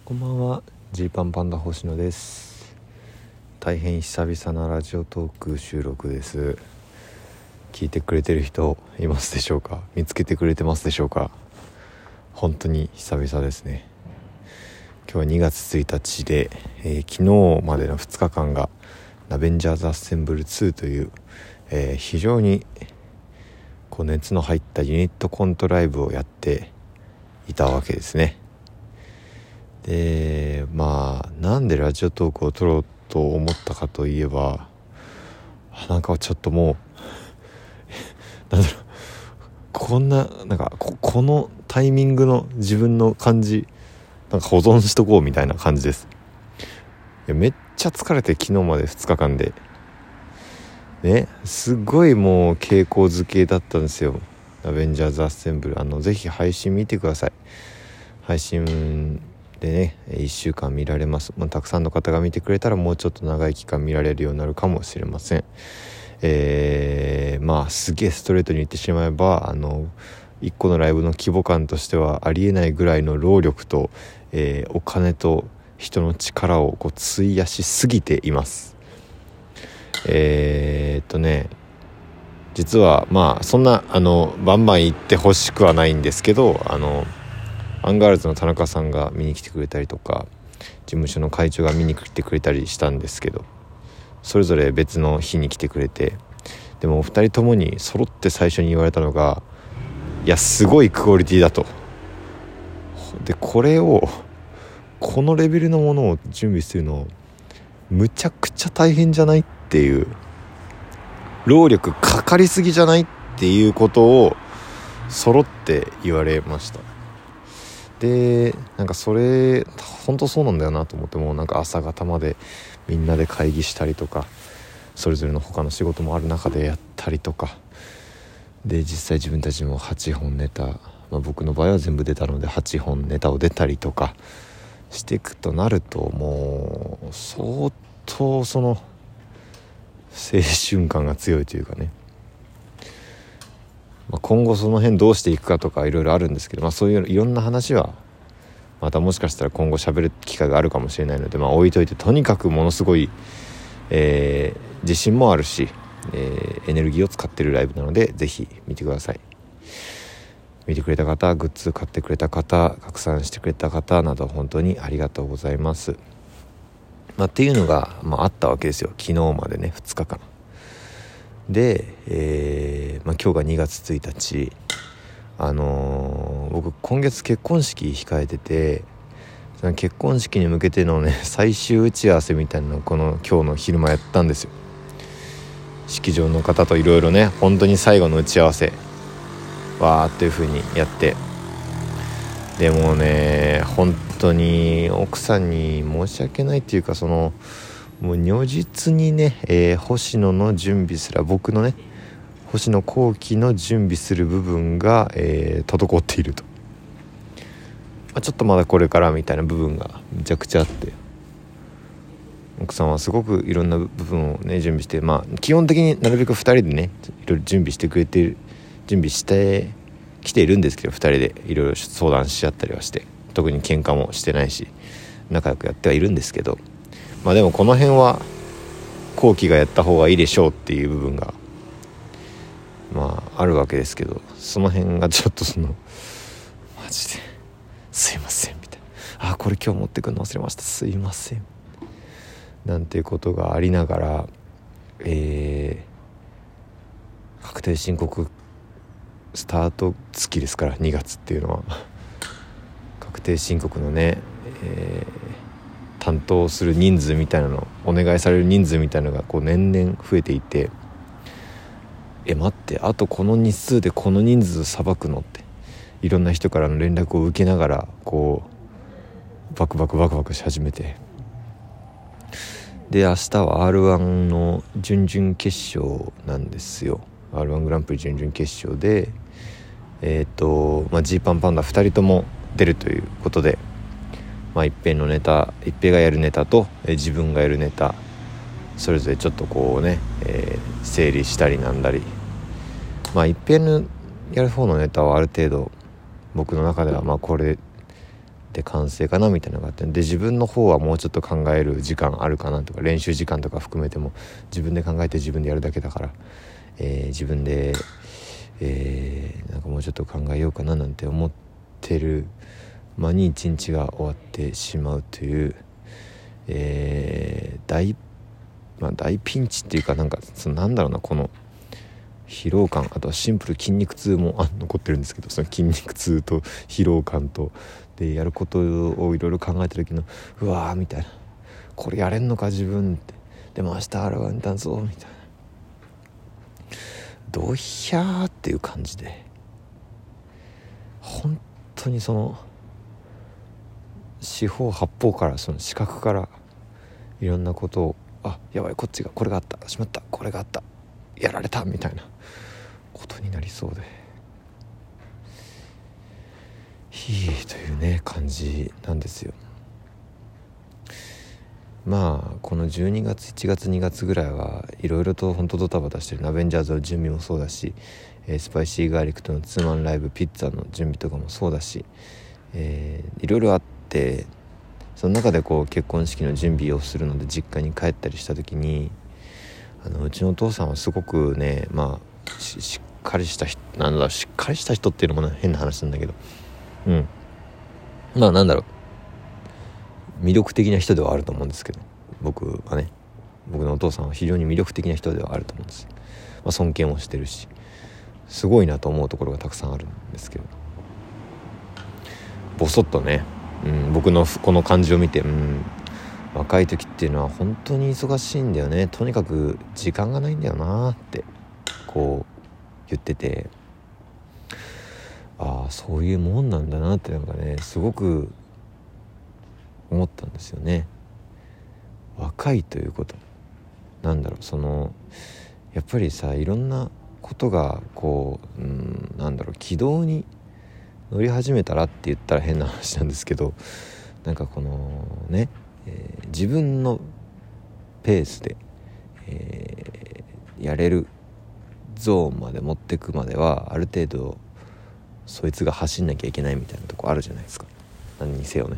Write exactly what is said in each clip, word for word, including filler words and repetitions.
こんばんは、ジーパンパンダ星野です。大変久々なラジオトーク収録です。聞いてくれてる人いますでしょうか？見つけてくれてますでしょうか？本当に久々ですね。今日はにがつついたちで、えー、昨日までのふつかかんがアベンジャーズアッセンブルツーという、えー、非常にこう熱の入ったユニットコントライブをやっていたわけですね。でまあなんでラジオトークを撮ろうと思ったかといえば、なんかちょっともうなんだろう、こんななんか こ, このタイミングの自分の感じなんか保存しとこうみたいな感じです。いやめっちゃ疲れて、昨日までふつかかんでね、すごいもう傾向づけだったんですよ。アベンジャーズアッセンブル、あのぜひ配信見てください。配信でねいっしゅうかん見られます。まあ、たくさんの方が見てくれたらもうちょっと長い期間見られるようになるかもしれません。えー、まあすげえストレートに言ってしまえば、あのいっこのライブの規模感としてはありえないぐらいの労力と、えー、お金と人の力をこう費やしすぎています。えー、っとね実はまあそんなあのバンバン行ってほしくはないんですけど、あのアンガールズの田中さんが見に来てくれたりとか、事務所の会長が見に来てくれたりしたんですけど、それぞれ別の日に来てくれて、でもお二人ともに揃って最初に言われたのが、いやすごいクオリティだと。でこれをこのレベルのものを準備するのむちゃくちゃ大変じゃないっていう、労力かかりすぎじゃないっていうことを揃って言われました。でなんかそれ本当そうなんだよなと思って、もうなんか朝方までみんなで会議したりとか、それぞれの他の仕事もある中でやったりとかで、実際自分たちもはっぽんネタ、まあ、僕の場合は全部出たのではっぽんネタを出たりとかしていくとなると、もう相当その青春感が強いというかね、まあ、今後その辺どうしていくかとかいろいろあるんですけど、まあ、そういういろんな話はまたもしかしたら今後喋る機会があるかもしれないので、まあ、置いといて、とにかくものすごい、えー、自信もあるし、えー、エネルギーを使ってるライブなのでぜひ見てください。見てくれた方、グッズ買ってくれた方、拡散してくれた方など本当にありがとうございます。まあ、っていうのが、まあ、あったわけですよ、昨日までねふつかかんで、えーまあ、今日がにがつついたち、あのー、僕今月結婚式控えてて、その結婚式に向けてのね最終打ち合わせみたいなのをこの今日の昼間やったんですよ。式場の方といろいろね、本当に最後の打ち合わせわーっていう風にやって、でもね本当に奥さんに申し訳ないっていうか、そのもう如実にね、えー、星野の準備すら、僕のね星野後期の準備する部分が、えー、滞っていると、まあ、ちょっとまだこれからみたいな部分がめちゃくちゃあって、奥さんはすごくいろんな部分をね準備して、まあ基本的になるべくふたりでねいろいろ準備してくれてる、準備してきているんですけど、ふたりでいろいろ相談し合ったりはして、特に喧嘩もしてないし仲良くやってはいるんですけど、まあでもこの辺は後期がやった方がいいでしょうっていう部分がまああるわけですけど、その辺がちょっとそのマジですいませんみたいな、あこれ今日持ってくるの忘れました、すいませんなんていうことがありながら、えー、確定申告スタート月ですから、にがつっていうのは確定申告のね、えー、担当する人数みたいなの、お願いされる人数みたいなのがこう年々増えていて、え待ってあとこの日数でこの人数さばくのって、いろんな人からの連絡を受けながらこうバクバクバクバクし始めて、で明日は アールワン の準々決勝なんですよ。 アールワン グランプリ準々決勝でえっ、ー、とまあジーパンパンダふたりとも出るということで、まあ一平のネタ、一平がやるネタと、えー、自分がやるネタ、それぞれちょっとこうね、えー、整理したりなんだり、まあ一平のやる方のネタはある程度僕の中ではまあこれで完成かなみたいなのがあって、で自分の方はもうちょっと考える時間あるかなとか、練習時間とか含めても自分で考えて自分でやるだけだから、えー、自分で、えー、なんかもうちょっと考えようかななんて思ってる間に一日が終わってしまうという、えー、大まあ大ピンチっていうか、なんかそのなんだろうな、この疲労感、あとはシンプル筋肉痛もあ残ってるんですけど、その筋肉痛と疲労感とでやることをいろいろ考えた時のうわーみたいな、これやれんのか自分って、でも明日あれはだぞみたいな、ドヒャーっていう感じで、本当にその四方八方から、その視覚からいろんなことを、あやばい、こっちがこれがあった、しまった、これがあった、やられたみたいなことになりそうで、ひーというね感じなんですよ。まあこのじゅうにがついちがつにがつぐらいはいろいろと本当ドタバタしてる。ナベンジャーズの準備もそうだし、えー、スパイシーガーリックとのツーマンライブピッツァの準備とかもそうだし、えー、いろいろあって、その中でこう結婚式の準備をするので実家に帰ったりした時に、あのうちのお父さんはすごくね、まあ し, しっかりした人なんだしっかりした人っていうのも、ね、変な話なんだけど、うんまあなんだろう、魅力的な人ではあると思うんですけど、僕はね僕のお父さんは非常に魅力的な人ではあると思うんです、まあ、尊敬もしてるし、すごいなと思うところがたくさんあるんですけど、ボソッとね、うん、僕のこの感じを見て、うん、若い時っていうのは本当に忙しいんだよね、とにかく時間がないんだよなってこう言ってて、ああそういうもんなんだなって、なんかねすごく思ったんですよね。若いということ、なんだろう、そのやっぱりさ、いろんなことがこう、うん、なんだろう、軌道に乗り始めたらって言ったら変な話なんですけど、なんかこのね、えー、自分のペースで、えー、やれるゾーンまで持ってくまではある程度そいつが走んなきゃいけないみたいなとこあるじゃないですか。何にせよね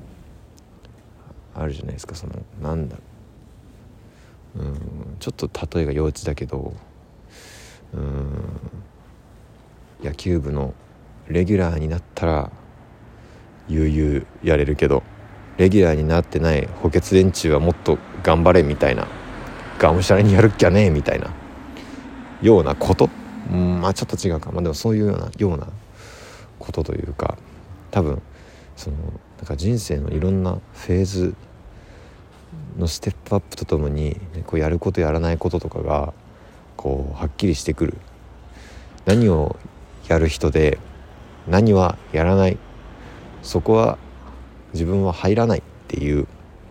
あるじゃないですか。そのなんだろう、うんちょっと例えが幼稚だけど、うん野球部のレギュラーになったら悠々やれるけど、レギュラーになってない補欠連中はもっと頑張れみたいな、がむしゃらにやるっきゃねえみたいなようなこと、うんまあちょっと違うか、まあでもそういうようなようなことというか、多分そのなんか人生のいろんなフェーズのステップアップとともに、ね、こうやることやらないこととかがこうはっきりしてくる。何をやる人で何はやらない、そこは自分は入らないっていう、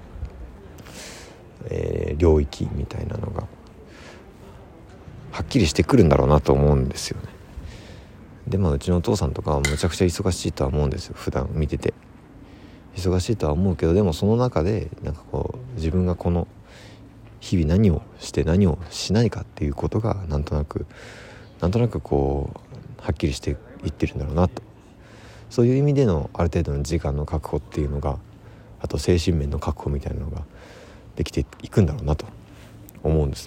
えー、領域みたいなのがはっきりしてくるんだろうなと思うんですよね。でまあうちのお父さんとかはむちゃくちゃ忙しいとは思うんですよ。普段見てて忙しいとは思うけど、でもその中でなんかこう自分がこの日々何をして何をしないかっていうことがなんとなくなんとなくこうはっきりしていってるんだろうなと。そういう意味でのある程度の時間の確保っていうのが、あと精神面の確保みたいなのができていくんだろうなと思うんです。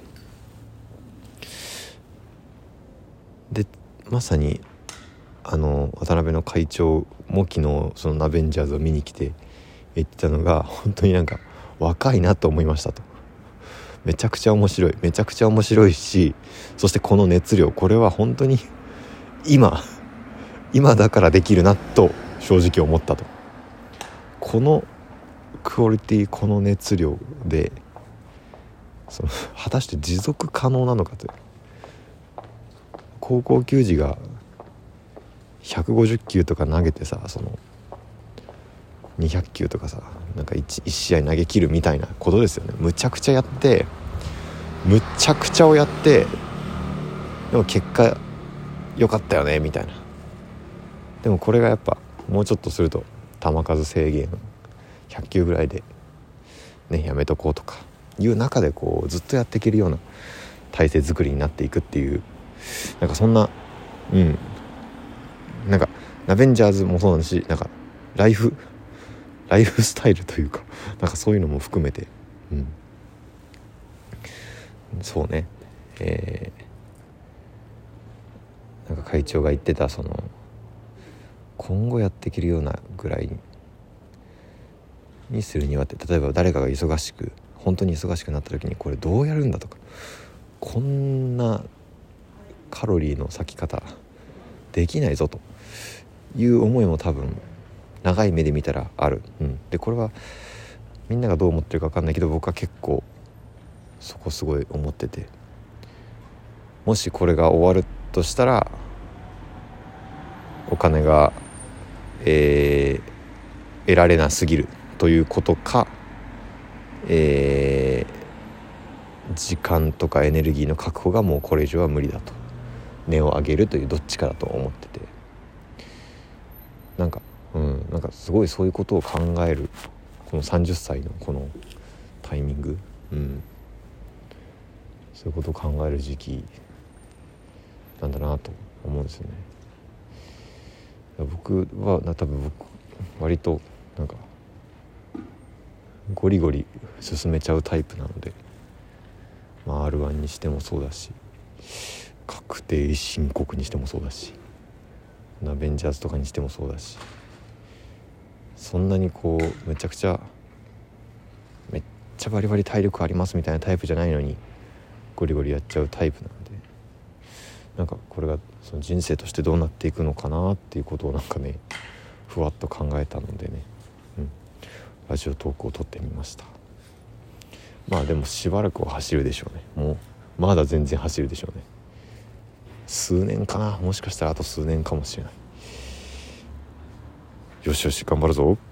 でまさにあの渡辺の会長も昨日そのナベンジャーズを見に来て言ってたのが、本当になんか若いなと思いましたと。めちゃくちゃ面白いめちゃくちゃ面白いし、そしてこの熱量、これは本当に今今だからできるなと正直思ったと。このクオリティ、この熱量でその果たして持続可能なのかという。高校球児がひゃくごじゅっきゅうとか投げてさ、そのにひゃくきゅうとかさ、なんか 1, 1試合投げ切るみたいなことですよね。むちゃくちゃやってむちゃくちゃをやって、でも結果良かったよねみたいな。でもこれがやっぱもうちょっとすると球数制限ひゃくきゅうぐらいでねやめとこうとかいう中でこうずっとやっていけるような体制作りになっていくっていう、なんかそんなうんなんかナベンジャーズもそうだし、なんかライフライフスタイルというかなんかそういうのも含めて、うん、そうね、えー、なんか会長が言ってたその今後やっていけるようなぐらいにするにはって、例えば誰かが忙しく本当に忙しくなった時にこれどうやるんだとか、こんなカロリーの割き方できないぞという思いも多分長い目で見たらある、うん、でこれはみんながどう思ってるか分かんないけど僕は結構そこすごい思ってて、もしこれが終わるとしたらお金が、えー、得られなすぎるということか、えー、時間とかエネルギーの確保がもうこれ以上は無理だと、値を上げるというどっちかだと思ってて、なんかうんなんかすごいそういうことを考えるこのさんじゅっさいのこのタイミング、うん、そういうことを考える時期なんだなと思うんですよね。僕は多分僕割となんかゴリゴリ進めちゃうタイプなので、まあ、アールワン にしてもそうだし確定申告にしてもそうだしアベンジャーズとかにしてもそうだし、そんなにこうめちゃくちゃめっちゃバリバリ体力ありますみたいなタイプじゃないのにゴリゴリやっちゃうタイプなので、なんかこれがその人生としてどうなっていくのかなっていうことをなんかねふわっと考えたのでね、うん、ラジオトークを撮ってみました。まあでもしばらくは走るでしょうね。もうまだ全然走るでしょうね。数年かな、もしかしたらあと数年かもしれない。よしよし頑張るぞ。